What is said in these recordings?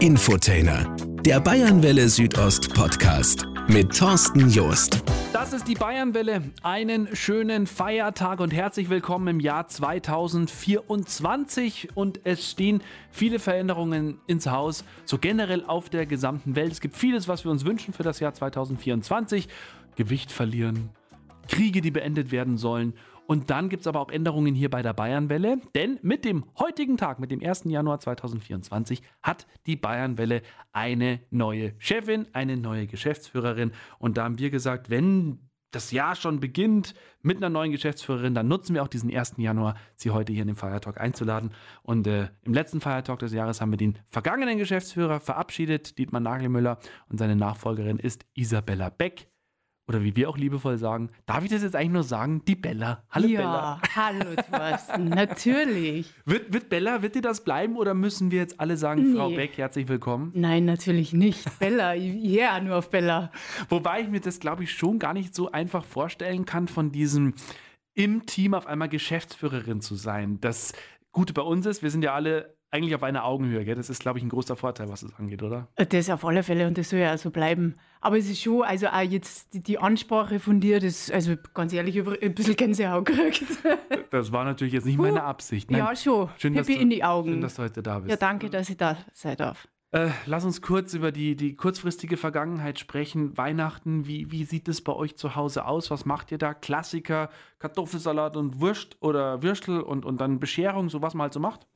Infotainer, der Bayernwelle Südost Podcast mit Thorsten Joost. Das ist die Bayernwelle. Einen schönen Feiertag und herzlich willkommen im Jahr 2024. Und es stehen viele Veränderungen ins Haus, so generell auf der gesamten Welt. Es gibt vieles, was wir uns wünschen für das Jahr 2024. Gewicht verlieren, Kriege, die beendet werden sollen. Und dann gibt es aber auch Änderungen hier bei der Bayernwelle, denn mit dem heutigen Tag, mit dem 1. Januar 2024, hat die Bayernwelle eine neue Chefin, eine neue Geschäftsführerin. Und da haben wir gesagt, wenn das Jahr schon beginnt mit einer neuen Geschäftsführerin, dann nutzen wir auch diesen 1. Januar, sie heute hier in den Feiertalk einzuladen. Und im letzten Feiertalk des Jahres haben wir den vergangenen Geschäftsführer verabschiedet, Dietmar Nagelmüller, und seine Nachfolgerin ist Isabella Beck. Oder wie wir auch liebevoll sagen, darf ich das jetzt eigentlich nur sagen? Die Bella. Hallo ja, Bella. Hallo Thorsten, natürlich. Wird Bella, wird dir das bleiben oder müssen wir jetzt alle sagen, Frau Beck, herzlich willkommen? Nein, natürlich nicht. Bella, ja, nur auf Bella. Wobei ich mir das, glaube ich, schon gar nicht so einfach vorstellen kann, von diesem im Team auf einmal Geschäftsführerin zu sein. Das Gute bei uns ist, wir sind ja alle eigentlich auf einer Augenhöhe, gell? Das ist, glaube ich, ein großer Vorteil, was das angeht, oder? Das auf alle Fälle und das soll ja auch so bleiben. Aber es ist schon, also auch jetzt die Ansprache von dir, das, also ganz ehrlich, ein bisschen Gänsehaut gekriegt. Das war natürlich jetzt nicht meine Absicht. Nein. Ja, schon. Schön, Pippi in die Augen. Schön, dass du heute da bist. Ja, danke, dass ich da sein darf. Lass uns kurz über die kurzfristige Vergangenheit sprechen. Weihnachten, wie sieht es bei euch zu Hause aus? Was macht ihr da? Klassiker, Kartoffelsalat und Wurst oder Würstel und dann Bescherung, so was man halt so macht?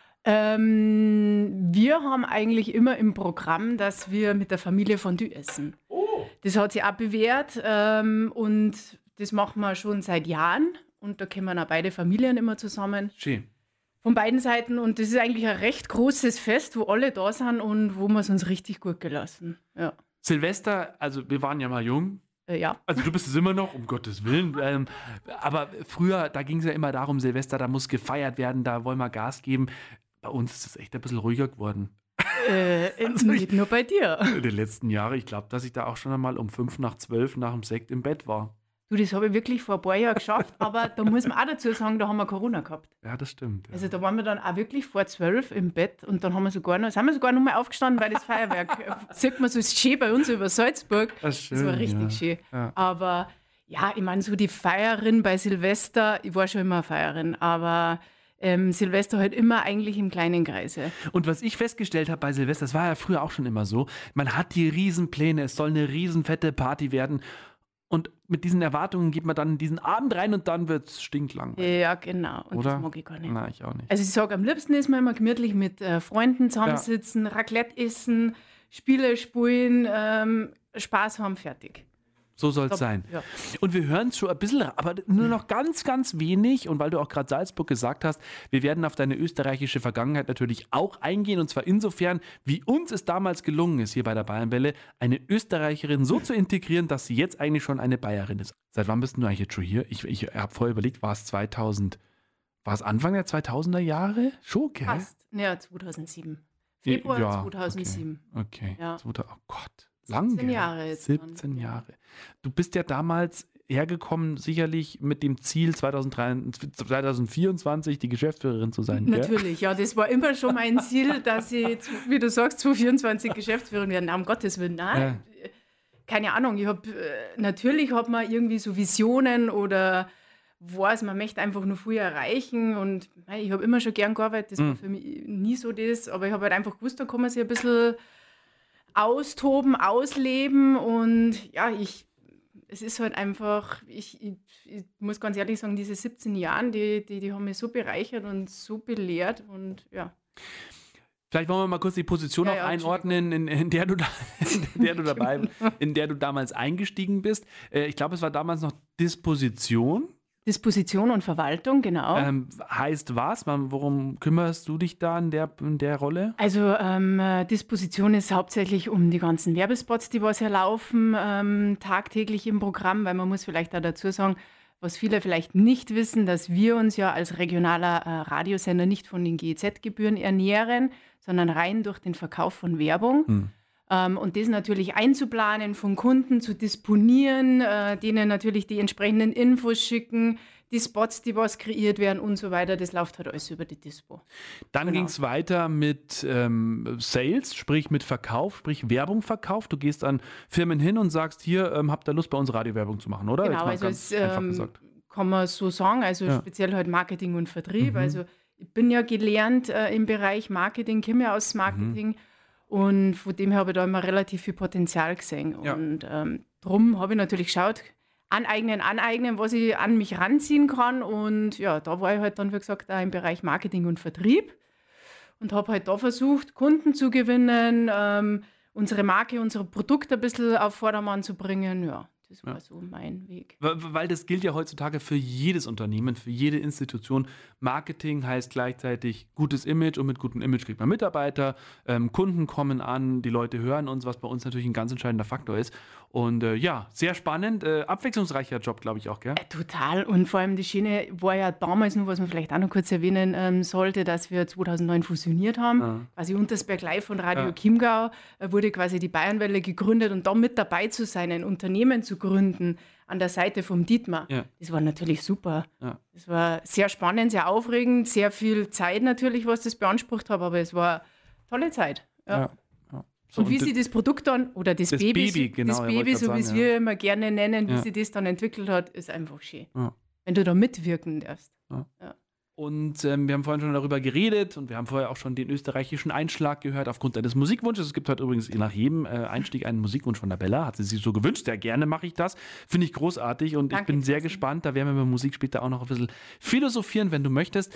Wir haben eigentlich immer im Programm, dass wir mit der Familie Fondue essen. Oh. Das hat sich auch bewährt und das machen wir schon seit Jahren. Und da kommen auch beide Familien immer zusammen. Schön. Von beiden Seiten. Und das ist eigentlich ein recht großes Fest, wo alle da sind und wo wir es uns richtig gut gelassen. Ja. Silvester, also wir waren ja mal jung. Ja. Also du bist es immer noch, um Gottes Willen. Aber früher, da ging es ja immer darum, Silvester, da muss gefeiert werden, da wollen wir Gas geben. Bei uns ist es echt ein bisschen ruhiger geworden. Nicht nur bei dir. In den letzten Jahren, ich glaube, dass ich da auch schon einmal um 11:55 nach dem Sekt im Bett war. Du, das habe ich wirklich vor ein paar Jahren geschafft, aber da muss man auch dazu sagen, da haben wir Corona gehabt. Ja, das stimmt. Ja. Also da waren wir dann auch wirklich vor 12 im Bett und dann sind wir sogar noch mal aufgestanden, weil das Feuerwerk, sieht man so schön bei uns über Salzburg. Das war richtig schön. Ja. Aber ja, ich meine, so die Feierin bei Silvester, ich war schon immer eine Feierin, aber Silvester halt immer eigentlich im kleinen Kreise. Und was ich festgestellt habe bei Silvester, das war ja früher auch schon immer so, man hat die Riesenpläne, es soll eine riesenfette Party werden und mit diesen Erwartungen geht man dann in diesen Abend rein und dann wird es stinklangweilig. Ja, genau. Und Oder? Das mag ich gar nicht. Nein, ich auch nicht. Also ich sage, am liebsten ist man immer gemütlich mit Freunden zusammensitzen, Raclette essen, Spiele spielen, Spaß haben, fertig. So soll es sein. Ja. Und wir hören es schon ein bisschen, aber nur noch ganz, ganz wenig. Und weil du auch gerade Salzburg gesagt hast, wir werden auf deine österreichische Vergangenheit natürlich auch eingehen. Und zwar insofern, wie uns es damals gelungen ist, hier bei der Bayernwelle, eine Österreicherin so zu integrieren, dass sie jetzt eigentlich schon eine Bayerin ist. Seit wann bist du eigentlich jetzt schon hier? Ich habe vorher überlegt, war es Anfang der 2000er Jahre? Schon, gell? Fast. Ja, 2007. Februar 2007. Okay. Ja. Oh Gott. Lang, 17 Jahre jetzt. 17 Jahre. Du bist ja damals hergekommen, sicherlich mit dem Ziel, 2024 die Geschäftsführerin zu sein. Natürlich, ja, das war immer schon mein Ziel, dass ich, wie du sagst, 2024 Geschäftsführerin werde. Um Gottes Willen, nein. Ja. Keine Ahnung, natürlich hat man irgendwie so Visionen oder weiß, man möchte einfach nur viel erreichen und ich habe immer schon gern gearbeitet, das war für mich nie so das, aber ich habe halt einfach gewusst, da kann man sich ein bisschen austoben, ausleben und ja, es ist halt einfach, ich muss ganz ehrlich sagen, diese 17 Jahre, die haben mich so bereichert und so belehrt und ja. Vielleicht wollen wir mal kurz die Position auch einordnen, in der du damals eingestiegen bist. Ich glaube, es war damals noch Disposition. Disposition und Verwaltung, genau. Heißt was? Worum kümmerst du dich da in der Rolle? Also Disposition ist hauptsächlich um die ganzen Werbespots, die was ja laufen, tagtäglich im Programm, weil man muss vielleicht auch dazu sagen, was viele vielleicht nicht wissen, dass wir uns ja als regionaler Radiosender nicht von den GEZ-Gebühren ernähren, sondern rein durch den Verkauf von Werbung. Und das natürlich einzuplanen, von Kunden zu disponieren, denen natürlich die entsprechenden Infos schicken, die Spots, die was kreiert werden und so weiter, das läuft halt alles über die Dispo. Dann Genau. ging es weiter mit Sales, sprich mit Verkauf, sprich Werbung verkauft. Du gehst an Firmen hin und sagst, hier, habt ihr Lust, bei uns Radiowerbung zu machen, oder? Genau, Jetzt mal also ganz es einfach gesagt. kann man so sagen, also Ja. speziell halt Marketing und Vertrieb. Mhm. Also ich bin ja gelernt im Bereich Marketing, komme ja aus Marketing und von dem her habe ich da immer relativ viel Potenzial gesehen. Ja. Und darum habe ich natürlich geschaut, aneignen, was ich an mich ranziehen kann. Und ja, da war ich halt dann, wie gesagt, auch im Bereich Marketing und Vertrieb und habe halt da versucht, Kunden zu gewinnen, unsere Marke, unser Produkt ein bisschen auf Vordermann zu bringen. Ja, das war so mein Weg. Weil das gilt ja heutzutage für jedes Unternehmen, für jede Institution. Marketing heißt gleichzeitig gutes Image und mit gutem Image kriegt man Mitarbeiter, Kunden kommen an, die Leute hören uns, was bei uns natürlich ein ganz entscheidender Faktor ist. Und ja, sehr spannend, abwechslungsreicher Job, glaube ich auch, gell? Total. Und vor allem die Schiene war ja damals nur, was man vielleicht auch noch kurz erwähnen sollte, dass wir 2009 fusioniert haben. Quasi Untersberg Live von Radio Chiemgau wurde quasi die Bayernwelle gegründet und da mit dabei zu sein, ein Unternehmen zu gründen an der Seite vom Dietmar. Ja. Das war natürlich super. Ja. Das war sehr spannend, sehr aufregend, sehr viel Zeit natürlich, was das beansprucht hat, aber es war eine tolle Zeit. Ja. So, und wie sie das Produkt dann, oder das Baby, genau, das Baby, so wie es wir immer gerne nennen, wie Ja. sie das dann entwickelt hat, ist einfach schön. Ja. Wenn du da mitwirken darfst. Und wir haben vorhin schon darüber geredet und wir haben vorher auch schon den österreichischen Einschlag gehört aufgrund deines Musikwunsches. Es gibt heute übrigens nach jedem Einstieg einen Musikwunsch von der Bella. Hat sie sich so gewünscht. Sehr gerne mache ich das. Finde ich großartig und Danke, ich bin sehr Thorsten. gespannt. Da werden wir über Musik später auch noch ein bisschen philosophieren, wenn du möchtest.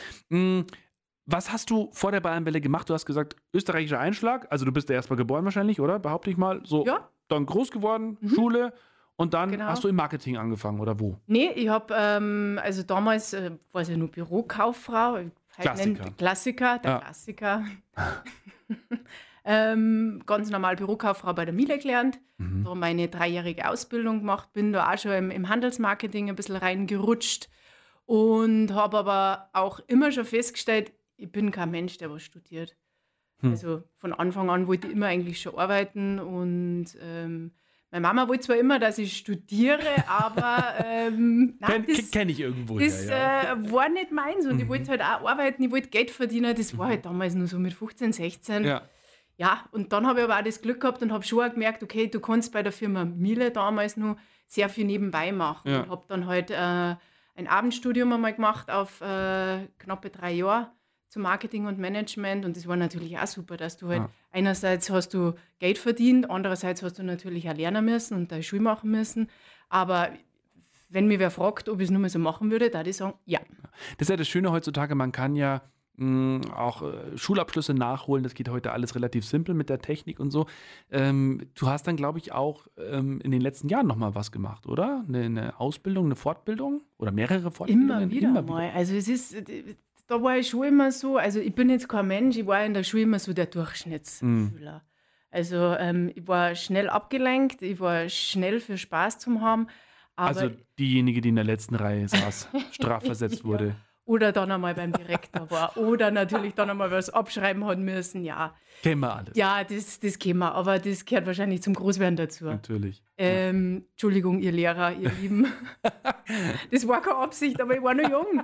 Was hast du vor der Bayernwelle gemacht? Du hast gesagt, österreichischer Einschlag. Also du bist ja erstmal geboren wahrscheinlich, oder? Behaupte ich mal. So, Ja. dann groß geworden, Schule und dann Genau. hast du im Marketing angefangen, oder wo? Nee, ich habe, also damals war es ja nur Bürokauffrau. Klassiker. Klassiker, der Ja. Klassiker. Ganz normal Bürokauffrau bei der Miele gelernt, da meine 3-jährige Ausbildung gemacht, bin da auch schon im Handelsmarketing ein bisschen reingerutscht und habe aber auch immer schon festgestellt, ich bin kein Mensch, der was studiert. Also von Anfang an wollte ich immer eigentlich schon arbeiten und meine Mama wollte zwar immer, dass ich studiere, aber nein, das, Kenne ich irgendwo. das war nicht meins und ich wollte halt auch arbeiten, ich wollte Geld verdienen, das war halt damals nur so mit 15, 16. Ja. Ja, und dann habe ich aber auch das Glück gehabt und habe schon auch gemerkt, okay, du kannst bei der Firma Miele damals nur sehr viel nebenbei machen. Ja. Und habe dann halt ein Abendstudium einmal gemacht auf knappe 3 Jahre zum Marketing und Management und das war natürlich auch super, dass du halt einerseits hast du Geld verdient, andererseits hast du natürlich auch lernen müssen und deine Schule machen müssen, aber wenn mich wer fragt, ob ich es nur mal so machen würde, da würde ich sagen, ja. Das ist ja das Schöne heutzutage, man kann ja auch Schulabschlüsse nachholen, das geht heute alles relativ simpel mit der Technik und so. Du hast dann, glaube ich, auch in den letzten Jahren nochmal was gemacht, oder? Eine Ausbildung, eine Fortbildung oder mehrere Fortbildungen? Immer wieder mal. Also es ist, da war ich schon immer so, also ich bin jetzt kein Mensch, ich war in der Schule immer so der Durchschnittsschüler. Also ich war schnell abgelenkt, ich war schnell für Spaß zu haben. Aber Also diejenige, die in der letzten Reihe saß, strafversetzt wurde. Oder dann einmal beim Direktor war. Oder natürlich dann einmal was abschreiben hat müssen, ja. Kennen wir alles. Ja, das kennen wir, aber das gehört wahrscheinlich zum Großwerden dazu. Natürlich. Entschuldigung, ihr Lehrer, ihr Lieben. Das war keine Absicht, aber ich war noch jung.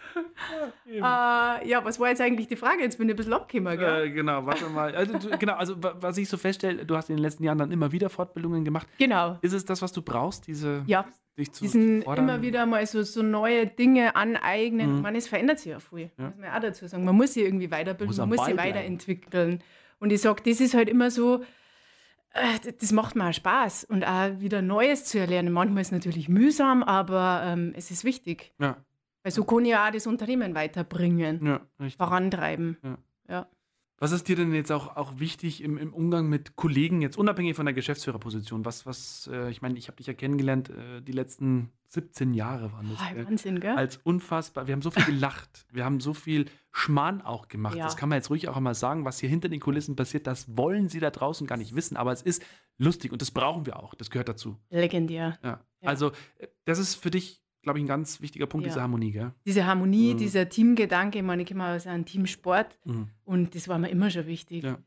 Ja, was war jetzt eigentlich die Frage? Jetzt bin ich ein bisschen abgekommen, gell? Genau, warte mal. Also was ich so feststelle, du hast in den letzten Jahren dann immer wieder Fortbildungen gemacht. Genau. Ist es das, was du brauchst, Ja, dich zu diesen fordern? immer wieder mal so neue Dinge aneignen. Ich meine, es verändert sich ja viel, muss man ja auch dazu sagen. Man muss sich irgendwie weiterbilden, Muss man am muss Ball sich bleiben. weiterentwickeln. Und ich sage, das ist halt immer so, das macht mir auch Spaß und auch wieder Neues zu erlernen. Manchmal ist es natürlich mühsam, aber es ist wichtig. Ja, Weil so kann ich ja auch das Unternehmen weiterbringen, ja, richtig. vorantreiben. Ja. Was ist dir denn jetzt auch wichtig im Umgang mit Kollegen, jetzt unabhängig von der Geschäftsführerposition? Ich meine, ich habe dich ja kennengelernt, die letzten 17 Jahre waren das. Oh, gell? Wahnsinn, gell? Als unfassbar. Wir haben so viel gelacht. Wir haben so viel Schmarrn auch gemacht. Ja. Das kann man jetzt ruhig auch einmal sagen. Was hier hinter den Kulissen passiert, das wollen sie da draußen gar nicht wissen. Aber es ist lustig und das brauchen wir auch. Das gehört dazu. Legendär. Ja. Also, das ist für dich, glaube ich, ein ganz wichtiger Punkt, Ja. diese Harmonie, gell? Diese Harmonie, dieser Teamgedanke, ich meine, ich komme aus einem Teamsport Mhm. und das war mir immer schon wichtig. Ja.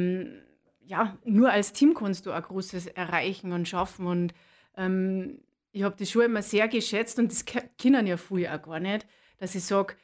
Ja, nur als Team kannst du auch Großes erreichen und schaffen und ich habe das schon immer sehr geschätzt und das kennen ja viele auch gar nicht, dass ich sage,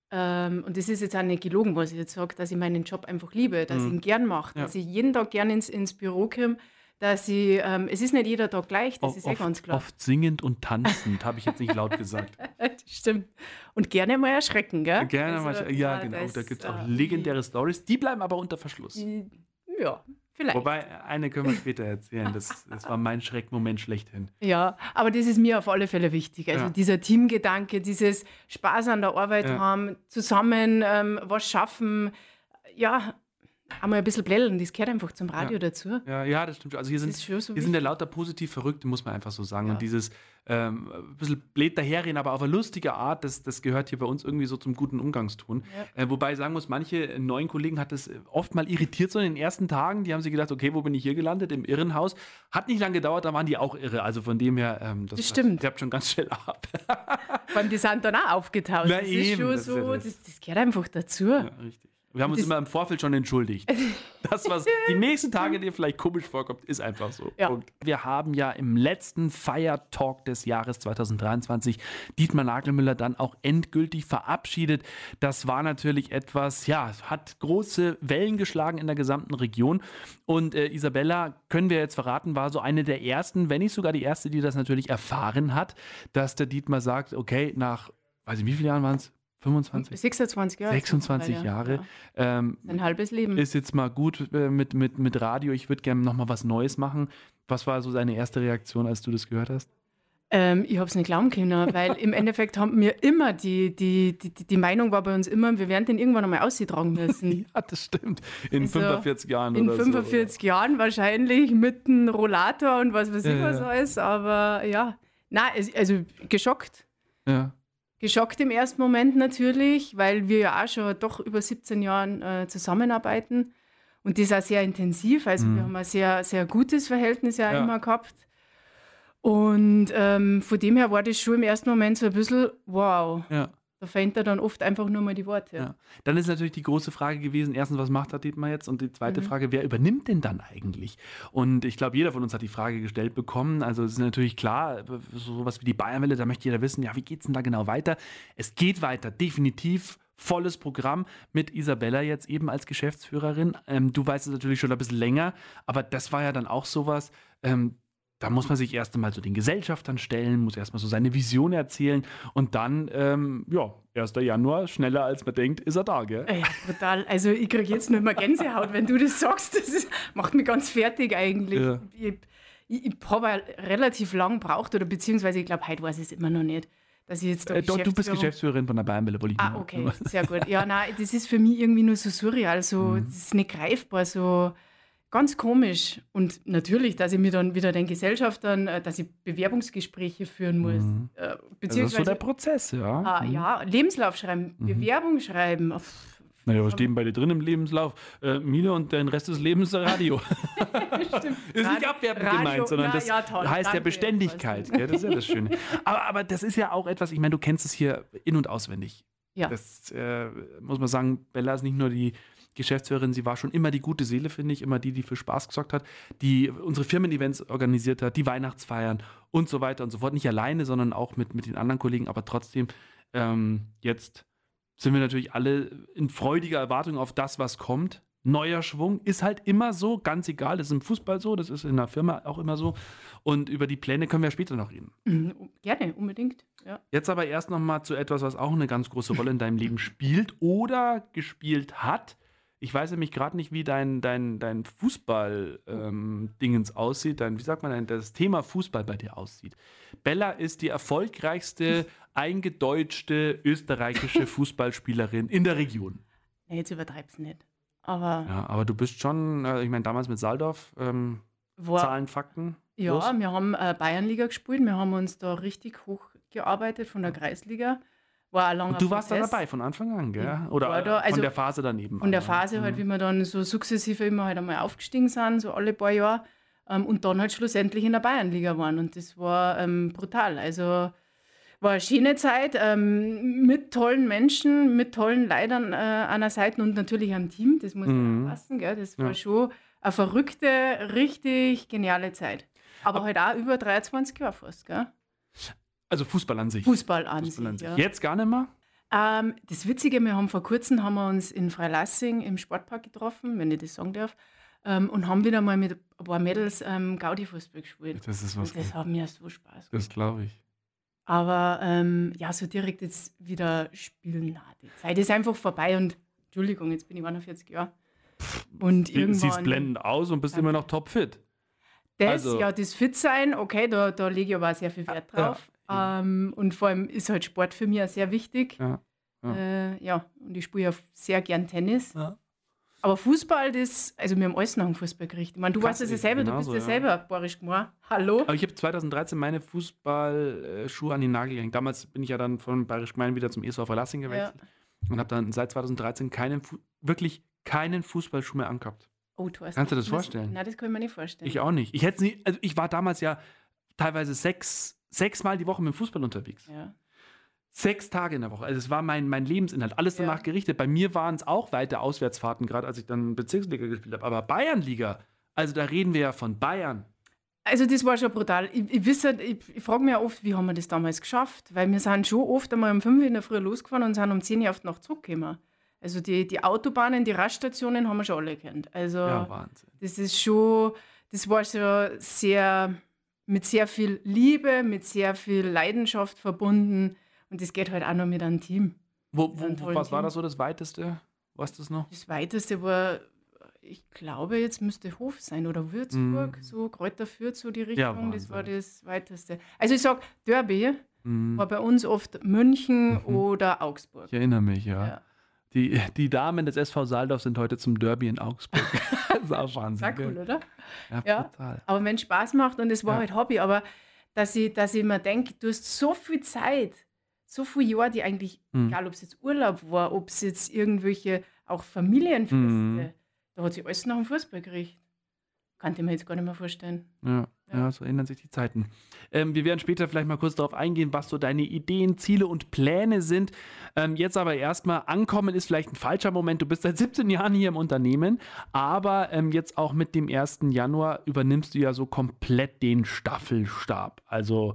und das ist jetzt auch nicht gelogen, was ich jetzt sage, dass ich meinen Job einfach liebe, dass ich ihn gern mache, dass ich jeden Tag gern ins Büro komme, dass ich, es ist nicht jeder Tag gleich, das ist ganz klar. Oft singend und tanzend, habe ich jetzt nicht laut gesagt. Das stimmt. Und gerne mal erschrecken, gell? Gerne mal, ja, genau. Da gibt es auch legendäre Stories, die bleiben aber unter Verschluss. Ja, vielleicht. Wobei, eine können wir später erzählen. Das war mein Schreckmoment schlechthin. Ja, aber das ist mir auf alle Fälle wichtig. Also dieser Teamgedanke, dieses Spaß an der Arbeit haben, zusammen was schaffen, ja, einmal ein bisschen blällern, das gehört einfach zum Radio dazu. Ja, das stimmt. Also hier sind ja lauter positiv Verrückte, muss man einfach so sagen. Ja. Und dieses ein bisschen blöd daherreden, aber auf eine lustige Art, das gehört hier bei uns irgendwie so zum guten Umgangston. Ja. Wobei ich sagen muss, manche neuen Kollegen hat das oft mal irritiert, so in den ersten Tagen. Die haben sich gedacht, okay, wo bin ich hier gelandet? Im Irrenhaus. Hat nicht lange gedauert, da waren die auch irre. Also von dem her, das stimmt. Ihr habt schon ganz schnell ab. Vor allem, die sind dann auch aufgetaucht. Na das eben, ist schon das so, ist das gehört einfach dazu. Ja, richtig. Wir haben uns immer im Vorfeld schon entschuldigt. Das, was die nächsten Tage dir vielleicht komisch vorkommt, ist einfach so. Ja. Punkt. Wir haben ja im letzten Feiertalk des Jahres 2023 Dietmar Nagelmüller dann auch endgültig verabschiedet. Das war natürlich etwas, hat große Wellen geschlagen in der gesamten Region. Und Isabella, können wir jetzt verraten, war so eine der ersten, wenn nicht sogar die erste, die das natürlich erfahren hat, dass der Dietmar sagt, okay, nach, weiß ich wie viele Jahren waren es? 25? 26 Jahre. 26 Jahre. Ja. Ein halbes Leben. Ist jetzt mal gut mit Radio. Ich würde gerne nochmal was Neues machen. Was war so deine erste Reaktion, als du das gehört hast? Ich habe es nicht glauben können, weil im Endeffekt haben wir immer die Meinung war bei uns immer, wir werden den irgendwann einmal austragen müssen. Ja, das stimmt. In 45 Jahren in oder so. In 45 Jahren wahrscheinlich mit einem Rollator und was weiß ich was alles. Aber ja, also geschockt. Ja. Geschockt im ersten Moment natürlich, weil wir ja auch schon doch über 17 Jahren zusammenarbeiten und das auch sehr intensiv. Also wir haben ein sehr, sehr gutes Verhältnis ja immer gehabt. Und von dem her war das schon im ersten Moment so ein bisschen, wow. Ja. Da fehlt er dann oft einfach nur mal die Worte. Ja. Dann ist natürlich die große Frage gewesen, erstens, was macht der Dietmar jetzt? Und die zweite Frage, wer übernimmt denn dann eigentlich? Und ich glaube, jeder von uns hat die Frage gestellt bekommen. Also es ist natürlich klar, sowas wie die Bayernwelle, da möchte jeder wissen, wie geht es denn da genau weiter? Es geht weiter, definitiv. Volles Programm mit Isabella jetzt eben als Geschäftsführerin. Du weißt es natürlich schon ein bisschen länger, aber das war ja dann auch sowas, da muss man sich erst einmal zu den Gesellschaftern stellen, muss erst mal so seine Vision erzählen und dann, 1. Januar, schneller als man denkt, ist er da, gell? Ja, brutal. Also ich kriege jetzt nur mal Gänsehaut, wenn du das sagst. Macht mich ganz fertig eigentlich. Ja. Ich habe relativ lang gebraucht, oder beziehungsweise ich glaube, heute weiß ich es immer noch nicht. Dass ich jetzt du bist Geschäftsführerin von der Bayernwelle, wollte ich mal. Okay, sehr gut. Ja, nein, das ist für mich irgendwie nur so surreal, so, das ist nicht greifbar, so ganz komisch. Und natürlich, dass ich mir dann wieder den Gesellschaftern, dass ich Bewerbungsgespräche führen muss. Beziehungsweise, das ist so der Prozess, ja. Ja, Lebenslauf schreiben, Bewerbung schreiben. Naja, was steht bei dir drin im Lebenslauf? Mine und den Rest des Lebens Radio. Stimmt. Ist nicht abwertend gemeint, sondern das heißt ja Beständigkeit. Gell? Das ist ja das Schöne. Aber das ist ja auch etwas, ich meine, du kennst es hier in- und auswendig. Ja. Das muss man sagen, Bella ist nicht nur die Geschäftsführerin, sie war schon immer die gute Seele, finde ich, immer die für Spaß gesorgt hat, die unsere Firmen-Events organisiert hat, die Weihnachtsfeiern und so weiter und so fort. Nicht alleine, sondern auch mit den anderen Kollegen, aber trotzdem jetzt sind wir natürlich alle in freudiger Erwartung auf das, was kommt. Neuer Schwung ist halt immer so, ganz egal, das ist im Fußball so, das ist in der Firma auch immer so. Und über die Pläne können wir später noch reden. Gerne, unbedingt. Ja. Jetzt aber erst noch mal zu etwas, was auch eine ganz große Rolle in deinem Leben spielt oder gespielt hat. Ich weiß nämlich gerade nicht, wie dein Fußball-Dingens aussieht, das Thema Fußball bei dir aussieht. Bella ist die erfolgreichste eingedeutschte österreichische Fußballspielerin in der Region. Nee, jetzt übertreib's nicht. Aber du bist schon, ich meine, damals mit Saldorf, Zahlen, Fakten. Ja, los. Wir haben Bayernliga gespielt, wir haben uns da richtig hochgearbeitet von der Kreisliga. War ein langer Und du warst da dabei von Anfang an, gell? Oder da, also von der Phase daneben? Von der Phase halt, wie wir dann so sukzessive immer halt einmal aufgestiegen sind, so alle paar Jahre. Und dann halt schlussendlich in der Bayernliga waren. Und das war brutal. Also war eine schöne Zeit mit tollen Menschen, mit tollen Leitern an der Seite und natürlich am Team. Das muss man passen, gell? Das war schon eine verrückte, richtig geniale Zeit. Aber halt auch über 23 Jahre fast, gell? Also Fußball an sich. Fußball an sich, ja. Jetzt gar nicht mehr? Das Witzige, vor kurzem haben wir uns in Freilassing im Sportpark getroffen, wenn ich das sagen darf, und haben wieder mal mit ein paar Mädels Gaudi-Fußball gespielt. Das ist was. Und das hat mir so Spaß gemacht. Das glaube ich. Aber so direkt jetzt wieder spielen, die Zeit ist einfach vorbei und Entschuldigung, jetzt bin ich 41 Jahre. Und irgendwann... Siehst blendend aus und bist immer noch topfit. Das Fit-Sein, okay, da lege ich aber auch sehr viel Wert drauf. Und vor allem ist halt Sport für mich auch sehr wichtig. Und ich spiele ja sehr gern Tennis. Ja. Aber Fußball, wir haben alles nach dem Fußball gekriegt. Ich meine, du weißt es ja selber, du bist ja selber borisch gemacht. Hallo? Aber ich habe 2013 meine Fußballschuhe an den Nagel gehängt. Damals bin ich ja dann von Bayerisch Gmein wieder zum ESV Freilassing gewechselt und habe dann seit 2013 wirklich keinen Fußballschuh mehr angehabt. Oh, du hast Kannst du das vorstellen? Nein, das kann ich mir nicht vorstellen. Ich auch nicht. Ich war damals ja teilweise sechsmal die Woche mit dem Fußball unterwegs. Ja. 6 Tage in der Woche. Also es war mein Lebensinhalt. Alles danach gerichtet. Bei mir waren es auch weite Auswärtsfahrten, gerade als ich dann Bezirksliga gespielt habe. Aber Bayernliga, also da reden wir ja von Bayern. Also das war schon brutal. Ich frage mich ja oft, wie haben wir das damals geschafft? Weil wir sind schon oft einmal um 5 Uhr in der Früh losgefahren und sind um 10 Uhr auf die Nacht zurückgekommen. Also die Autobahnen, die Raststationen haben wir schon alle gekannt. Also Wahnsinn. Das war schon mit sehr viel Liebe, mit sehr viel Leidenschaft verbunden. Und das geht halt auch noch mit einem Team. Was war das so das Weiteste? Weißt du das noch? Das Weiteste war, ich glaube, jetzt müsste Hof sein oder Würzburg, so Kräuter Fürth, so die Richtung. Das war das Weiteste. Also ich sage, Derby war bei uns oft München oder Augsburg. Ich erinnere mich, ja. Die Damen des SV Saaldorf sind heute zum Derby in Augsburg. Das ist auch Wahnsinn. Sehr cool, oder? Ja, total. Aber wenn es Spaß macht und es war halt Hobby, aber dass ich mir denke, du hast so viel Zeit, so viele Jahre, die eigentlich, egal ob es jetzt Urlaub war, ob es jetzt irgendwelche auch Familienfeste, da hat sich alles nach dem Fußball gerichtet. Kann ich mir jetzt gar nicht mehr vorstellen. Ja, so ändern sich die Zeiten. Wir werden später vielleicht mal kurz darauf eingehen, was so deine Ideen, Ziele und Pläne sind. Jetzt aber erstmal, ankommen ist vielleicht ein falscher Moment. Du bist seit 17 Jahren hier im Unternehmen, aber jetzt auch mit dem 1. Januar übernimmst du ja so komplett den Staffelstab. Also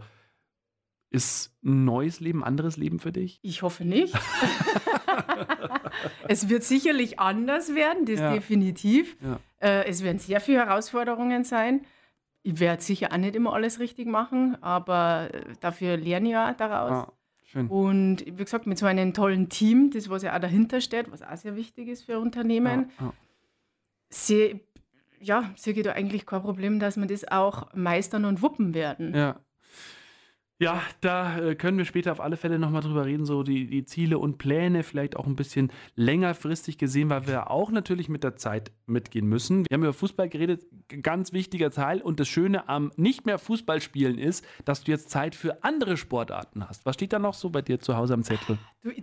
ist ein neues Leben, anderes Leben für dich? Ich hoffe nicht. Es wird sicherlich anders werden, das definitiv. Ja. Es werden sehr viele Herausforderungen sein. Ich werde sicher auch nicht immer alles richtig machen, aber dafür lerne ich ja daraus. Schön. Und wie gesagt, mit so einem tollen Team, das was ja auch dahinter steht, was auch sehr wichtig ist für Unternehmen, sehe ich da eigentlich kein Problem, dass wir das auch meistern und wuppen werden. Ja, da können wir später auf alle Fälle nochmal drüber reden, so die Ziele und Pläne, vielleicht auch ein bisschen längerfristig gesehen, weil wir auch natürlich mit der Zeit mitgehen müssen. Wir haben über Fußball geredet, ganz wichtiger Teil. Und das Schöne am nicht mehr Fußballspielen ist, dass du jetzt Zeit für andere Sportarten hast. Was steht da noch so bei dir zu Hause am Zettel?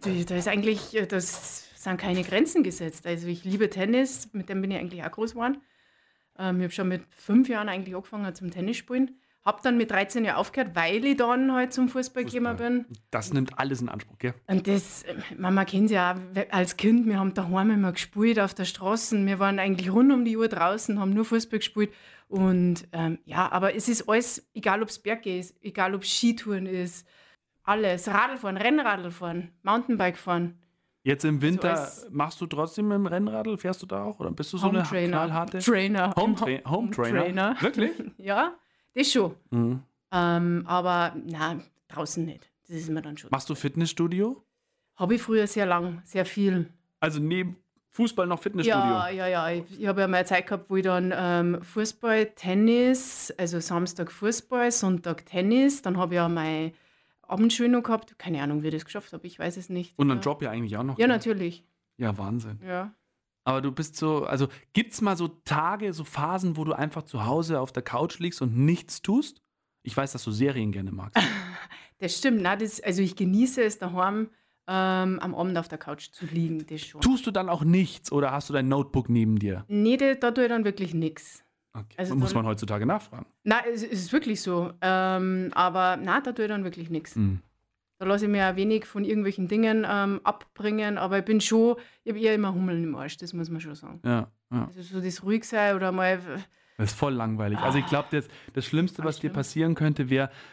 Das sind keine Grenzen gesetzt. Also ich liebe Tennis, mit dem bin ich eigentlich auch groß geworden. Ich habe schon mit 5 Jahren eigentlich angefangen zum Tennisspielen. Habe dann mit 13 Jahren aufgehört, weil ich dann halt zum Fußball gekommen bin. Das nimmt alles in Anspruch, gell? Und man kennt es ja auch als Kind, wir haben daheim immer gespielt auf der Straße. Wir waren eigentlich rund um die Uhr draußen, haben nur Fußball gespielt. Und aber es ist alles, egal ob es Berge ist, egal ob es Skitouren ist, alles. Radlfahren, Rennradlfahren, Mountainbike fahren. Jetzt im Winter machst du trotzdem mit dem Rennradl? Fährst du da auch? Oder bist du so eine knallharte? Home Trainer. Wirklich? Ja. Das schon. Aber nein, draußen nicht. Das ist mir dann schon. Machst du Fitnessstudio? Habe ich früher sehr lang, sehr viel. Also neben Fußball noch Fitnessstudio? Ja. Ich habe ja mal eine Zeit gehabt, wo ich dann Fußball, Tennis, also Samstag Fußball, Sonntag Tennis. Dann habe ich ja meine Abendschule noch gehabt. Keine Ahnung, wie ich das geschafft habe, ich weiß es nicht. Und einen Job ja eigentlich auch noch? Ja, natürlich. Ja, Wahnsinn. Ja. Aber du bist so, also gibt's mal so Tage, so Phasen, wo du einfach zu Hause auf der Couch liegst und nichts tust? Ich weiß, dass du Serien gerne magst. Das stimmt, also ich genieße es daheim, am Abend auf der Couch zu liegen, das schon. Tust du dann auch nichts oder hast du dein Notebook neben dir? Nee, da tue ich dann wirklich nichts. Okay. Also muss man heutzutage nachfragen? Nein, es ist wirklich so. Aber nein, da tue ich dann wirklich nichts. Da lasse ich mir auch wenig von irgendwelchen Dingen abbringen, aber ich habe eher immer Hummeln im Arsch, das muss man schon sagen. Ja. Also so das ruhig sein oder mal... Das ist voll langweilig. Also ich glaube, das Schlimmste, was dir passieren könnte, wäre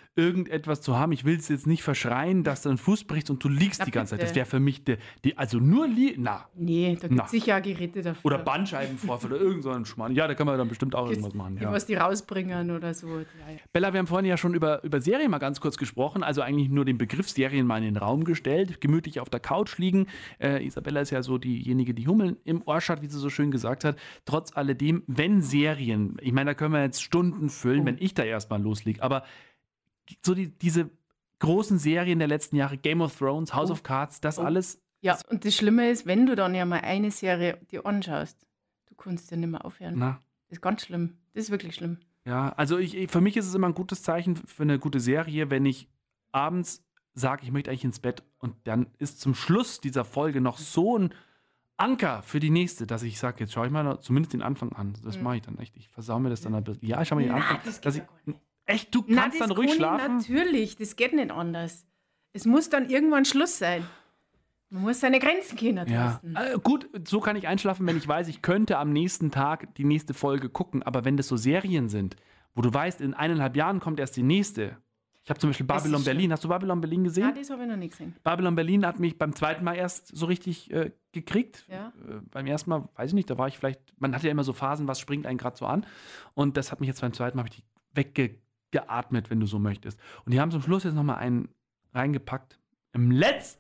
irgendetwas zu haben. Ich will es jetzt nicht verschreien, dass du einen Fuß brichst und du liegst die ganze Zeit. Das wäre für mich also nur Nee, da gibt es sicher Geräte dafür. Oder Bandscheibenvorfall oder irgend so einen Schmarrn. Ja, da kann man dann bestimmt auch irgendwas machen. Ja. Was die rausbringen oder so. Ja. Bella, wir haben vorhin ja schon über Serien mal ganz kurz gesprochen, also eigentlich nur den Begriff Serien mal in den Raum gestellt, gemütlich auf der Couch liegen. Isabella ist ja so diejenige, die Hummeln im Arsch hat, wie sie so schön gesagt hat. Trotz alledem, wenn Serien, ich meine, da können wir jetzt Stunden füllen, wenn ich da erstmal loslege, aber so diese großen Serien der letzten Jahre, Game of Thrones, House of Cards, das alles. Ja, und das Schlimme ist, wenn du dann ja mal eine Serie dir anschaust, du kannst ja nicht mehr aufhören. Na. Das ist ganz schlimm. Das ist wirklich schlimm. Ja, also für mich ist es immer ein gutes Zeichen für eine gute Serie, wenn ich abends sage, ich möchte eigentlich ins Bett und dann ist zum Schluss dieser Folge noch so ein Anker für die nächste, dass ich sage, jetzt schaue ich mal noch zumindest den Anfang an. Das mache ich dann echt. Ich versau mir das dann ein bisschen. Ja, ich schaue mir den Anfang an. Echt, du kannst dann ruhig schlafen? Natürlich, das geht nicht anders. Es muss dann irgendwann Schluss sein. Man muss seine Grenzen kennen. Ja. Gut, so kann ich einschlafen, wenn ich weiß, ich könnte am nächsten Tag die nächste Folge gucken. Aber wenn das so Serien sind, wo du weißt, in 1,5 Jahren kommt erst die nächste. Ich habe zum Beispiel Babylon Berlin. Hast du Babylon Berlin gesehen? Ja, das habe ich noch nicht gesehen. Babylon Berlin hat mich beim zweiten Mal erst so richtig gekriegt. Ja. Beim ersten Mal, weiß ich nicht, da war ich vielleicht, man hat ja immer so Phasen, was springt einen gerade so an. Und das hat mich jetzt beim zweiten Mal weggeatmet, wenn du so möchtest. Und die haben zum Schluss jetzt nochmal einen reingepackt. In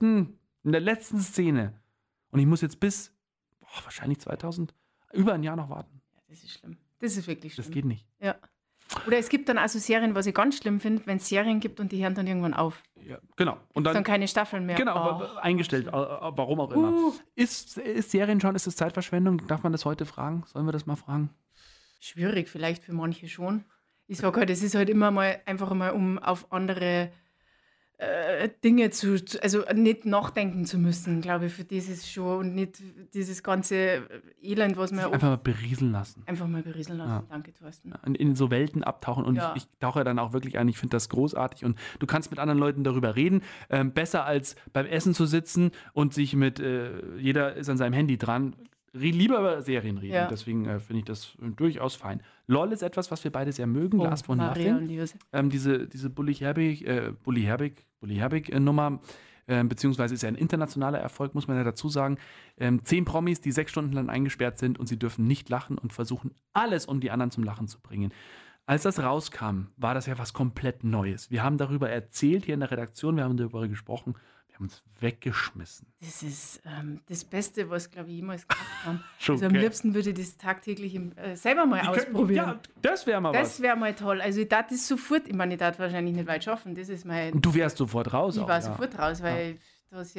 der letzten Szene. Und ich muss jetzt bis, wahrscheinlich über ein Jahr noch warten. Ja, das ist schlimm. Das ist wirklich schlimm. Das geht nicht. Ja. Oder es gibt dann also Serien, was ich ganz schlimm finde, wenn es Serien gibt und die hören dann irgendwann auf. Ja, genau. Und dann keine Staffeln mehr. Genau, eingestellt, warum auch immer. Ist Serien schon, ist das Zeitverschwendung? Darf man das heute fragen? Sollen wir das mal fragen? Schwierig, vielleicht für manche schon. Ich sage halt, es ist halt immer mal einfach mal, um auf andere Dinge also nicht nachdenken zu müssen, glaube ich, für dieses schon und nicht dieses ganze Elend, was man einfach mal berieseln lassen. Einfach mal berieseln lassen, ja. Danke, Thorsten. In so Welten abtauchen und ich tauche dann auch wirklich ein, ich finde das großartig und du kannst mit anderen Leuten darüber reden, besser als beim Essen zu sitzen und sich jeder ist an seinem Handy dran, lieber über Serien reden, deswegen finde ich das durchaus fein. LOL ist etwas, was wir beide sehr mögen, Last One Laughing. Diese Bully Herbig-Nummer, beziehungsweise ist ja ein internationaler Erfolg, muss man ja dazu sagen. 10 Promis, die 6 Stunden lang eingesperrt sind und sie dürfen nicht lachen und versuchen alles, um die anderen zum Lachen zu bringen. Als das rauskam, war das ja was komplett Neues. Wir haben darüber erzählt hier in der Redaktion, wir haben darüber gesprochen, wir haben uns weggeschmissen. Das ist das Beste, was, glaube ich, jemals gemacht haben. Also am liebsten würde ich das tagtäglich selber mal ausprobieren. Ja, das wäre mal was. Das wäre mal toll. Also ich darf das sofort, ich meine, ich darf wahrscheinlich nicht weit schaffen. Das ist mein... Du wärst sofort raus. Ich war sofort raus, weil das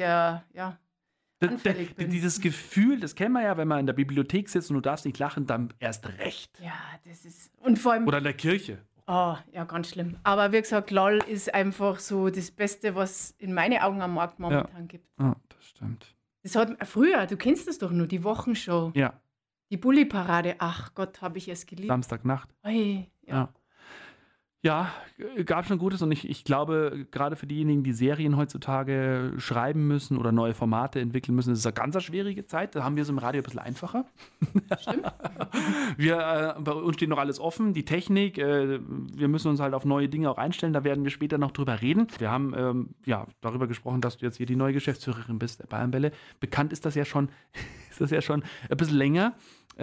anfällig bin. Dieses Gefühl, das kennen wir ja, wenn man in der Bibliothek sitzt und du darfst nicht lachen, dann erst recht. Ja, das ist... Und vor allem... Oder in der Kirche. Oh, ja, ganz schlimm. Aber wie gesagt, LOL ist einfach so das Beste, was in meinen Augen am Markt momentan gibt. Ja, das stimmt. Das hat früher, du kennst das doch nur, die Wochenshow. Ja. Die Bulli-Parade, ach Gott, habe ich es geliebt. Samstagnacht. Hey, ja. Ja, gab schon Gutes und ich glaube, gerade für diejenigen, die Serien heutzutage schreiben müssen oder neue Formate entwickeln müssen, ist es eine ganz schwierige Zeit. Da haben wir es im Radio ein bisschen einfacher. Stimmt. Bei uns steht noch alles offen, die Technik, wir müssen uns halt auf neue Dinge auch einstellen, da werden wir später noch drüber reden. Wir haben darüber gesprochen, dass du jetzt hier die neue Geschäftsführerin bist der Bayernwelle. Bekannt ist das ja schon ein bisschen länger.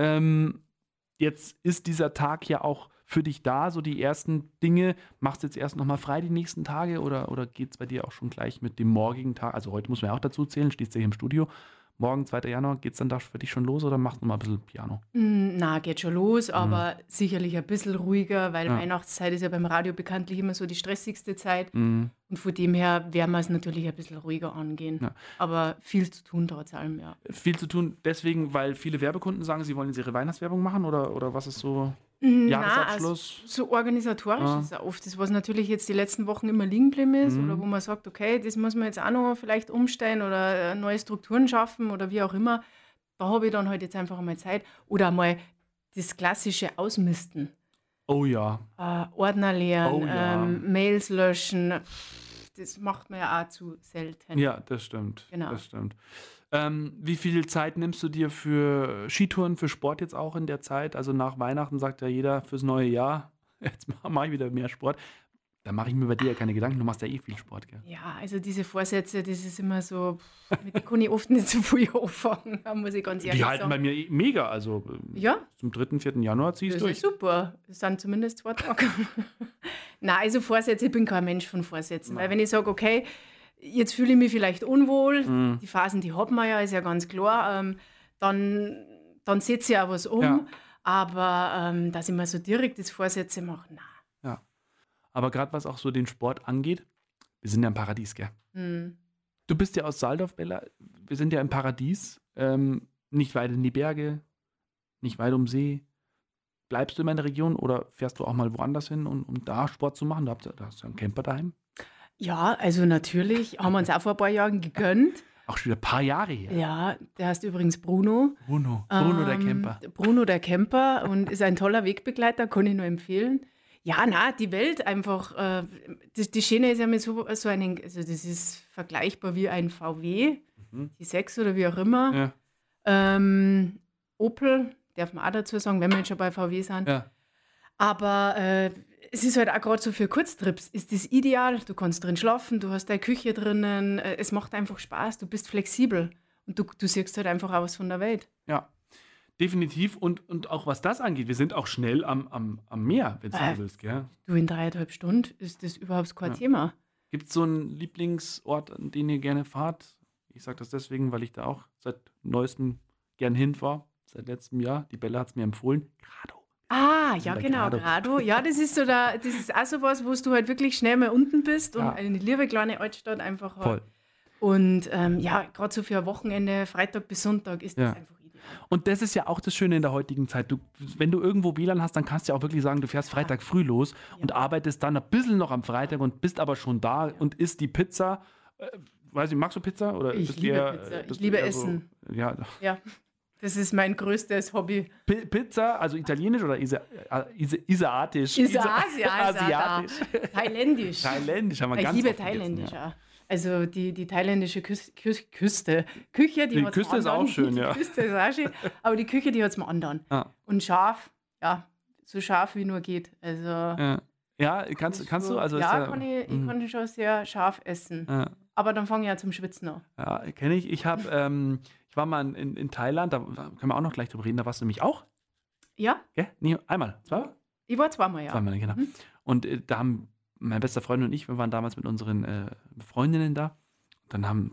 Jetzt ist dieser Tag ja auch für dich da, so die ersten Dinge. Machst du jetzt erst nochmal frei die nächsten Tage oder geht es bei dir auch schon gleich mit dem morgigen Tag? Also heute muss man ja auch dazu zählen, stehst du hier im Studio. Morgen, 2. Januar, geht es dann da für dich schon los oder machst du noch mal ein bisschen Piano? Na, geht schon los, aber sicherlich ein bisschen ruhiger, weil Weihnachtszeit ist ja beim Radio bekanntlich immer so die stressigste Zeit. Und von dem her werden wir es natürlich ein bisschen ruhiger angehen. Ja. Aber viel zu tun trotz allem, ja. Viel zu tun deswegen, weil viele Werbekunden sagen, sie wollen jetzt ihre Weihnachtswerbung machen oder was ist so... Jahresabschluss? Also so organisatorisch ist ja oft das, was natürlich jetzt die letzten Wochen immer liegen geblieben ist oder wo man sagt, okay, das muss man jetzt auch noch vielleicht umstellen oder neue Strukturen schaffen oder wie auch immer. Da habe ich dann halt jetzt einfach einmal Zeit. Oder mal das klassische Ausmisten. Oh ja. Ordner leeren, Mails löschen. Das macht man ja auch zu selten. Ja, das stimmt. Genau. Das stimmt. Wie viel Zeit nimmst du dir für Skitouren, für Sport jetzt auch in der Zeit? Also nach Weihnachten sagt ja jeder fürs neue Jahr, jetzt mache ich wieder mehr Sport. Da mache ich mir bei dir ja keine Gedanken, du machst ja eh viel Sport, gell? Ja, also diese Vorsätze, das ist immer so, mit denen kann ich oft nicht so viel anfangen, muss ich ganz ehrlich Die halten sagen. bei mir mega, also Ja, zum 3., 4. Januar ziehst das du ist durch. super. Das sind zumindest 2 Tage. Nein, also Vorsätze, ich bin kein Mensch von Vorsätzen. Weil wenn ich sage, okay, jetzt fühle ich mich vielleicht unwohl, die Phasen, die hat man ja, ist ja ganz klar, dann setze ich auch was um. Ja. Aber dass ich mir so direkt das Vorsätze mache, nein. Ja. Aber gerade was auch so den Sport angeht, wir sind ja im Paradies, gell? Du bist ja aus Saldorf, Bella. Wir sind ja im Paradies. Nicht weit in die Berge, nicht weit um See. Bleibst du in meiner Region oder fährst du auch mal woanders hin, um da Sport zu machen? Da hast du einen Camper daheim. Ja, also natürlich haben wir uns auch vor ein paar Jahren gegönnt. Auch schon wieder ein paar Jahre her. Ja, der heißt übrigens Bruno. Bruno der Camper. Bruno der Camper und ist ein toller Wegbegleiter, kann ich nur empfehlen. Ja, na, die Welt einfach, die Schöne ist ja mit so einen, also das ist vergleichbar wie ein VW, die 6 oder wie auch immer. Ja. Opel, darf man auch dazu sagen, wenn wir jetzt schon bei VW sind. Ja. Aber es ist halt auch gerade so für Kurztrips, ist das ideal. Du kannst drin schlafen, du hast deine Küche drinnen, es macht einfach Spaß, du bist flexibel und du siehst halt einfach auch was von der Welt. Ja, definitiv. Und auch was das angeht, wir sind auch schnell am Meer, wenn du so willst, gell? Du, in 3,5 Stunden ist das überhaupt kein Thema. Gibt es so einen Lieblingsort, an den ihr gerne fahrt? Ich sage das deswegen, weil ich da auch seit neuestem gern hinfahre, seit letztem Jahr. Die Bella hat es mir empfohlen. Grado. Ah, ja, Bei genau, Grado. Grado. Ja, das ist auch so was, wo du halt wirklich schnell mal unten bist und Ja. eine liebe kleine Altstadt einfach hast. Voll. Und ja, gerade so für ein Wochenende, Freitag bis Sonntag, ist das Ja. einfach ideal. Und das ist ja auch das Schöne in der heutigen Zeit. Wenn du irgendwo WLAN hast, dann kannst du ja auch wirklich sagen, du fährst Freitag früh los und arbeitest dann ein bisschen noch am Freitag und bist aber schon da und isst die Pizza. Weiß ich, magst du Pizza? Oder Ich bist du liebe eher, Pizza. bist Ich du liebe eher Essen. So, ja, Ja, das ist mein größtes Hobby. Pizza, also italienisch oder isaatisch? Asiatisch. Thailändisch. Thailändisch haben wir Ich ganz liebe oft gegessen, Thailändisch ja. auch. Also die thailändische Küste. Küche, Die hat's Küste mir ist auch andern. schön, ja. Die Küste ist auch schön, aber die Küche, die hat es mir andern. Ja. Und scharf, ja, so scharf wie nur geht. Also Ja, kannst du? Also ja, ist ich kann schon sehr scharf essen. ja. Aber dann fange ich ja zum Schwitzen an. Ja, kenne ich. Ich war mal in Thailand, da können wir auch noch gleich drüber reden, da warst du nämlich auch. Ja, Gell? Nee, einmal, zweimal? ich war zweimal, ja. Zweimal, genau. Und da haben mein bester Freund und ich, wir waren damals mit unseren Freundinnen da. Und dann haben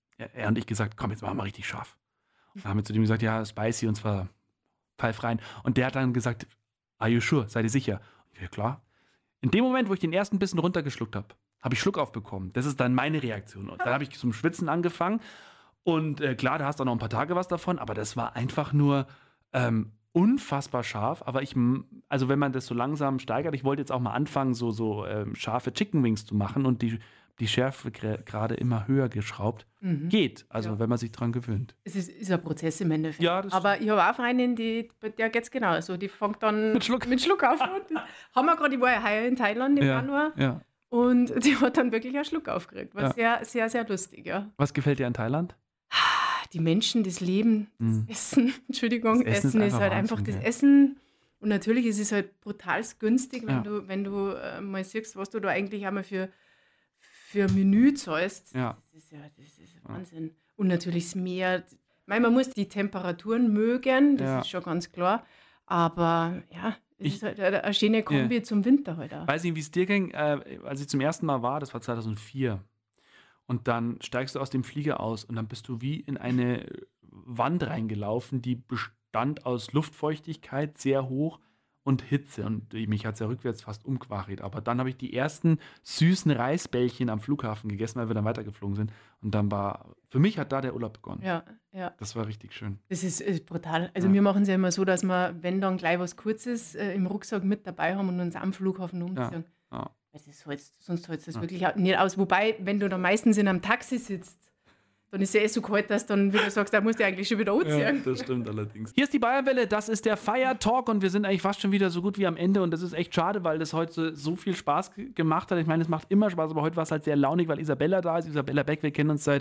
er und ich gesagt, komm, jetzt machen wir mal richtig scharf. Und dann haben wir zu dem gesagt, ja, spicy und zwar pfeifrein. Und der hat dann gesagt, are you sure? Seid ihr sicher? Und ja, klar. In dem Moment, wo ich den ersten Bissen runtergeschluckt habe, habe ich Schluck aufbekommen. Das ist dann meine Reaktion. Und dann habe ich zum Schwitzen angefangen. Und klar, da hast du auch noch ein paar Tage was davon, aber das war einfach nur unfassbar scharf. Aber also wenn man das so langsam steigert, ich wollte jetzt auch mal anfangen, so scharfe Chicken Wings zu machen und die Schärfe gerade immer höher geschraubt. Geht, also Ja. wenn man sich dran gewöhnt. Es ist ein Prozess im Endeffekt. Ja, das aber ich habe auch Freundin, bei der geht es genauso. Die fängt dann Mit Schluck. auf an. Haben wir gerade, ich war ja heuer in Thailand im Januar Ja. und die hat dann wirklich einen Schluck aufgeregt. War sehr, sehr, sehr lustig, ja. Was gefällt dir an Thailand? Die Menschen, das Leben, das Essen, Entschuldigung, Das Essen Essen ist ist halt einfach einfach das Wahnsinn, gell? Essen. Und natürlich ist es halt brutal günstig, Ja. wenn du mal siehst, was du da eigentlich einmal für ein Menü zahlst. Ja. Das ist Wahnsinn. Und natürlich das Meer. Ich meine, man muss die Temperaturen mögen, das Ja. ist schon ganz klar. Aber ja, es ist halt eine schöne Kombi zum Winter halt auch. Weiß nicht, wie es dir ging, als ich zum ersten Mal war, das war 2004. Und dann steigst du aus dem Flieger aus und dann bist du wie in eine Wand reingelaufen, die bestand aus Luftfeuchtigkeit sehr hoch und Hitze. Und mich hat es ja rückwärts fast umgequarrt. Aber dann habe ich die ersten süßen Reisbällchen am Flughafen gegessen, weil wir dann weitergeflogen sind. Und dann für mich hat da der Urlaub begonnen. Ja, ja. Das war richtig schön. Das ist brutal. Also wir machen es ja immer so, dass wir, wenn dann gleich was Kurzes im Rucksack mit dabei haben und uns am Flughafen umziehen. Ja. Sonst hältst du das wirklich nicht aus. Wobei, wenn du da meistens in einem Taxi sitzt, dann ist es ja so kalt, dass dann, wie du sagst, da musst du eigentlich schon wieder anziehen. Das stimmt allerdings. Hier ist die Bayernwelle, das ist der Fire Talk und wir sind eigentlich fast schon wieder so gut wie am Ende und das ist echt schade, weil das heute so viel Spaß gemacht hat. Ich meine, es macht immer Spaß, aber heute war es halt sehr launig, weil Isabella da ist. Isabella Beck, wir kennen uns seit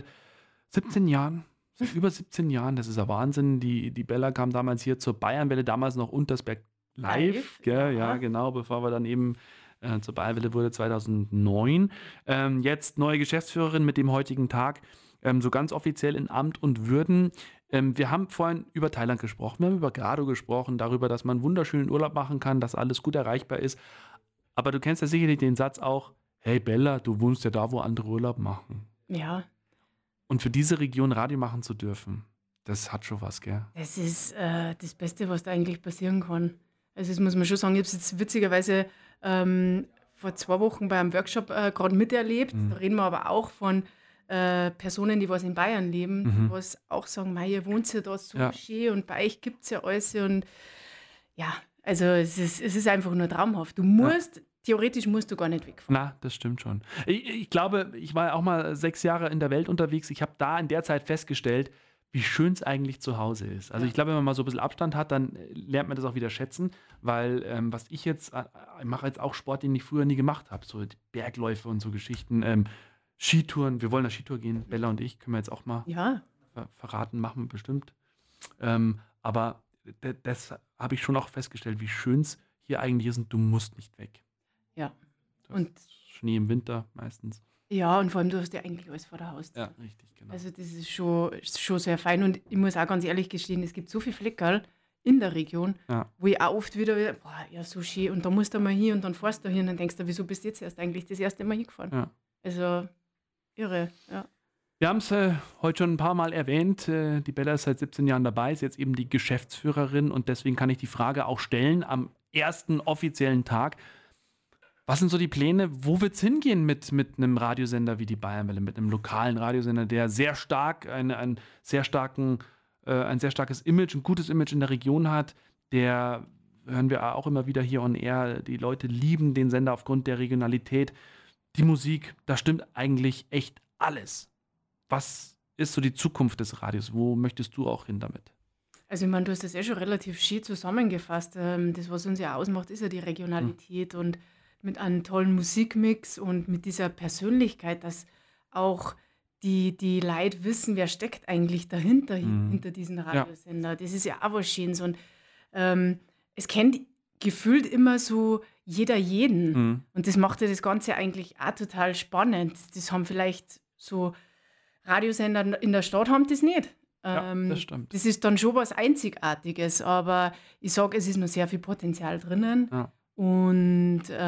17 Jahren. Seit über 17 Jahren, das ist ja Wahnsinn. Die Bella kam damals hier zur Bayernwelle, damals noch Untersberg live, gell? Ja, genau, bevor wir dann eben zur Bayernwelle wurde 2009. Jetzt neue Geschäftsführerin mit dem heutigen Tag, so ganz offiziell in Amt und Würden. Wir haben vorhin über Thailand gesprochen, wir haben über Grado gesprochen, darüber, dass man wunderschönen Urlaub machen kann, dass alles gut erreichbar ist. Aber du kennst ja sicherlich den Satz auch, hey Bella, du wohnst ja da, wo andere Urlaub machen. Ja. Und für diese Region Radio machen zu dürfen, das hat schon was, gell? Das ist das Beste, was da eigentlich passieren kann. Also das muss man schon sagen, ich habe es jetzt witzigerweise vor 2 Wochen bei einem Workshop gerade miterlebt. Da reden wir aber auch von Personen, die was in Bayern leben, die was auch sagen, mei, ihr wohnt ja da so schön und bei euch gibt es ja alles. Und ja, also es ist einfach nur traumhaft. Du musst, theoretisch musst du gar nicht wegfahren. Na, das stimmt schon. Ich glaube, ich war ja auch mal 6 Jahre in der Welt unterwegs. Ich habe da in der Zeit festgestellt, wie schön es eigentlich zu Hause ist. Also ich glaube, wenn man mal so ein bisschen Abstand hat, dann lernt man das auch wieder schätzen, weil ich mache jetzt auch Sport, den ich früher nie gemacht habe, so Bergläufe und so Geschichten, Skitouren, wir wollen nach Skitour gehen, Bella und ich, können wir jetzt auch mal verraten, machen wir bestimmt. Aber das habe ich schon auch festgestellt, wie schön es hier eigentlich ist und du musst nicht weg. Ja. Und Schnee im Winter meistens. Ja, und vor allem, du hast ja eigentlich alles vor der Haustür. Ja, richtig, genau. Also das ist schon sehr fein. Und ich muss auch ganz ehrlich gestehen, es gibt so viele Fleckerl in der Region, wo ich auch oft wieder, boah, ja, so schön. Und da musst du mal hin und dann fährst du hin und dann denkst du, wieso bist du jetzt erst eigentlich das erste Mal hingefahren? Ja. Also irre, ja. Wir haben es heute schon ein paar Mal erwähnt, die Bella ist seit 17 Jahren dabei, ist jetzt eben die Geschäftsführerin und deswegen kann ich die Frage auch stellen am ersten offiziellen Tag. Was sind so die Pläne? Wo wird es hingehen mit einem Radiosender wie die Bayernwelle, mit einem lokalen Radiosender, der sehr stark ein sehr starkes Image, ein gutes Image in der Region hat, der, hören wir auch immer wieder hier on air, die Leute lieben den Sender aufgrund der Regionalität, die Musik, da stimmt eigentlich echt alles. Was ist so die Zukunft des Radios? Wo möchtest du auch hin damit? Also ich meine, du hast das schon relativ schön zusammengefasst. Das, was uns ja ausmacht, ist ja die Regionalität und mit einem tollen Musikmix und mit dieser Persönlichkeit, dass auch die Leute wissen, wer steckt eigentlich dahinter, hinter diesem Radiosender. Ja. Das ist ja auch was Schönes. Und es kennt gefühlt immer so jeder jeden. Und das macht ja das Ganze eigentlich auch total spannend. Das haben vielleicht so Radiosender in der Stadt haben das nicht. Ja, das stimmt. Das ist dann schon was Einzigartiges, aber ich sage, es ist noch sehr viel Potenzial drinnen. Ja. Und wir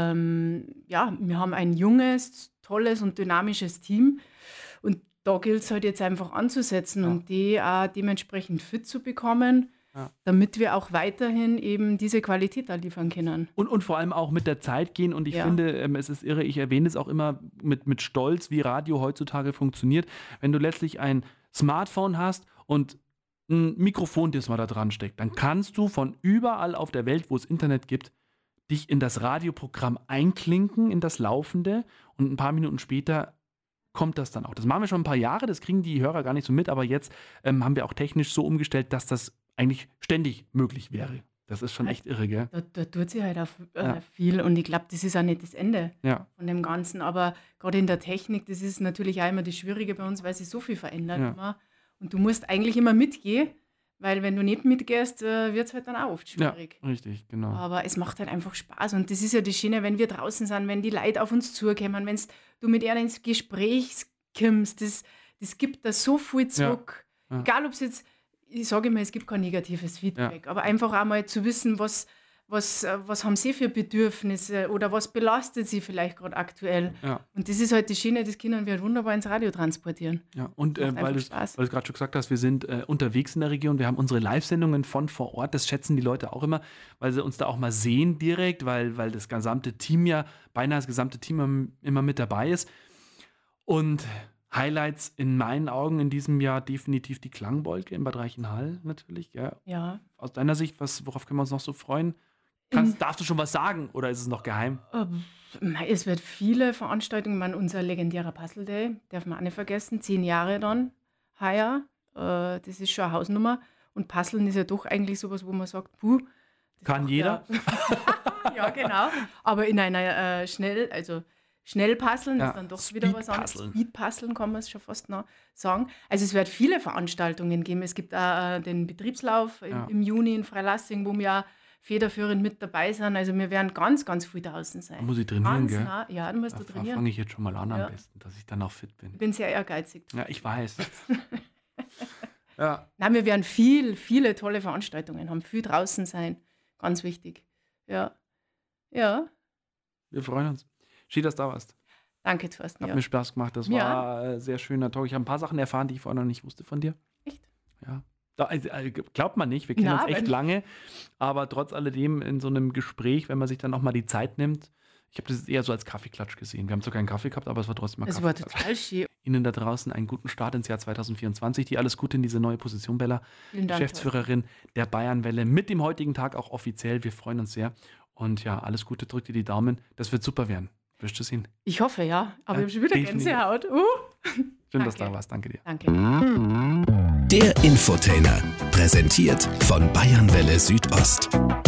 haben ein junges, tolles und dynamisches Team. Und da gilt es halt jetzt einfach anzusetzen und die auch dementsprechend fit zu bekommen, damit wir auch weiterhin eben diese Qualität da liefern können. Und vor allem auch mit der Zeit gehen. Und ich finde, es ist irre, ich erwähne es auch immer mit Stolz, wie Radio heutzutage funktioniert. Wenn du letztlich ein Smartphone hast und ein Mikrofon, das mal da dran steckt, dann kannst du von überall auf der Welt, wo es Internet gibt, dich in das Radioprogramm einklinken, in das Laufende und ein paar Minuten später kommt das dann auch. Das machen wir schon ein paar Jahre, das kriegen die Hörer gar nicht so mit, aber jetzt haben wir auch technisch so umgestellt, dass das eigentlich ständig möglich wäre. Das ist schon echt irre, gell? Da tut sich halt auch viel und ich glaube, das ist auch nicht das Ende von dem Ganzen, aber gerade in der Technik, das ist natürlich auch immer das Schwierige bei uns, weil sich so viel verändert immer und du musst eigentlich immer mitgehen, weil wenn du nicht mitgehst, wird es halt dann auch oft schwierig. Ja, richtig, genau. Aber es macht halt einfach Spaß und das ist ja das Schöne, wenn wir draußen sind, wenn die Leute auf uns zukommen, wenn du mit ihnen ins Gespräch kommst, das gibt da so viel zurück. Ja. Egal, ob es jetzt, ich sage immer, es gibt kein negatives Feedback, aber einfach einmal zu wissen, was haben sie für Bedürfnisse oder was belastet sie vielleicht gerade aktuell. Ja. Und das ist halt das Schöne, das können wir halt wunderbar ins Radio transportieren. Ja, und weil du gerade schon gesagt hast, wir sind unterwegs in der Region, wir haben unsere Live-Sendungen von vor Ort, das schätzen die Leute auch immer, weil sie uns da auch mal sehen direkt, weil das gesamte Team beinahe das gesamte Team immer mit dabei ist. Und Highlights in meinen Augen in diesem Jahr definitiv die Klangbolke in Bad Reichenhall natürlich. Ja. Aus deiner Sicht, worauf können wir uns noch so freuen? Darfst du schon was sagen oder ist es noch geheim? Es wird viele Veranstaltungen. Unser legendärer Puzzle Day, darf man auch nicht vergessen. 10 Jahre dann heuer. Das ist schon eine Hausnummer. Und Puzzeln ist ja doch eigentlich sowas, wo man sagt, kann jeder. Ja, genau. Aber in einer Schnellpuzzeln ist dann doch wieder was anderes. Speedpuzzeln kann man es schon fast noch sagen. Also es wird viele Veranstaltungen geben. Es gibt auch den Betriebslauf im Juni in Freilassing, wo wir federführend mit dabei sind. Also wir werden ganz, ganz viel draußen sein. Muss ich trainieren, Ganz gell? Ja, du musst Da trainieren. fange ich jetzt schon mal an am besten, dass ich dann auch fit bin. Ich bin sehr ehrgeizig. Ja, ich weiß. Ja. Nein, wir werden viele tolle Veranstaltungen haben, viel draußen sein. Ganz wichtig. Ja. Ja. Wir freuen uns. Schön, dass du da warst. Danke, Thorsten. Hat mir Spaß gemacht. Das war ein sehr schöner Talk. Ich habe ein paar Sachen erfahren, die ich vorher noch nicht wusste von dir. Echt? Ja. Glaubt man nicht, wir kennen uns echt lange. Aber trotz alledem in so einem Gespräch, wenn man sich dann auch mal die Zeit nimmt, ich habe das eher so als Kaffeeklatsch gesehen. Wir haben zwar keinen Kaffee gehabt, aber es war trotzdem mal Kaffeeklatsch. Es war total schön. Ihnen da draußen einen guten Start ins Jahr 2024. Die alles Gute in diese neue Position, Bella. Vielen Dank, Geschäftsführerin der Bayernwelle mit dem heutigen Tag auch offiziell. Wir freuen uns sehr. Und ja, alles Gute, drück dir die Daumen. Das wird super werden. Wirst du sehen. Ich hoffe, ja. Aber Ja, ich habe schon wieder definitiv. Gänsehaut. Schön, dass du da warst. Danke dir. Danke. Der Infotainer, präsentiert von Bayernwelle Südost.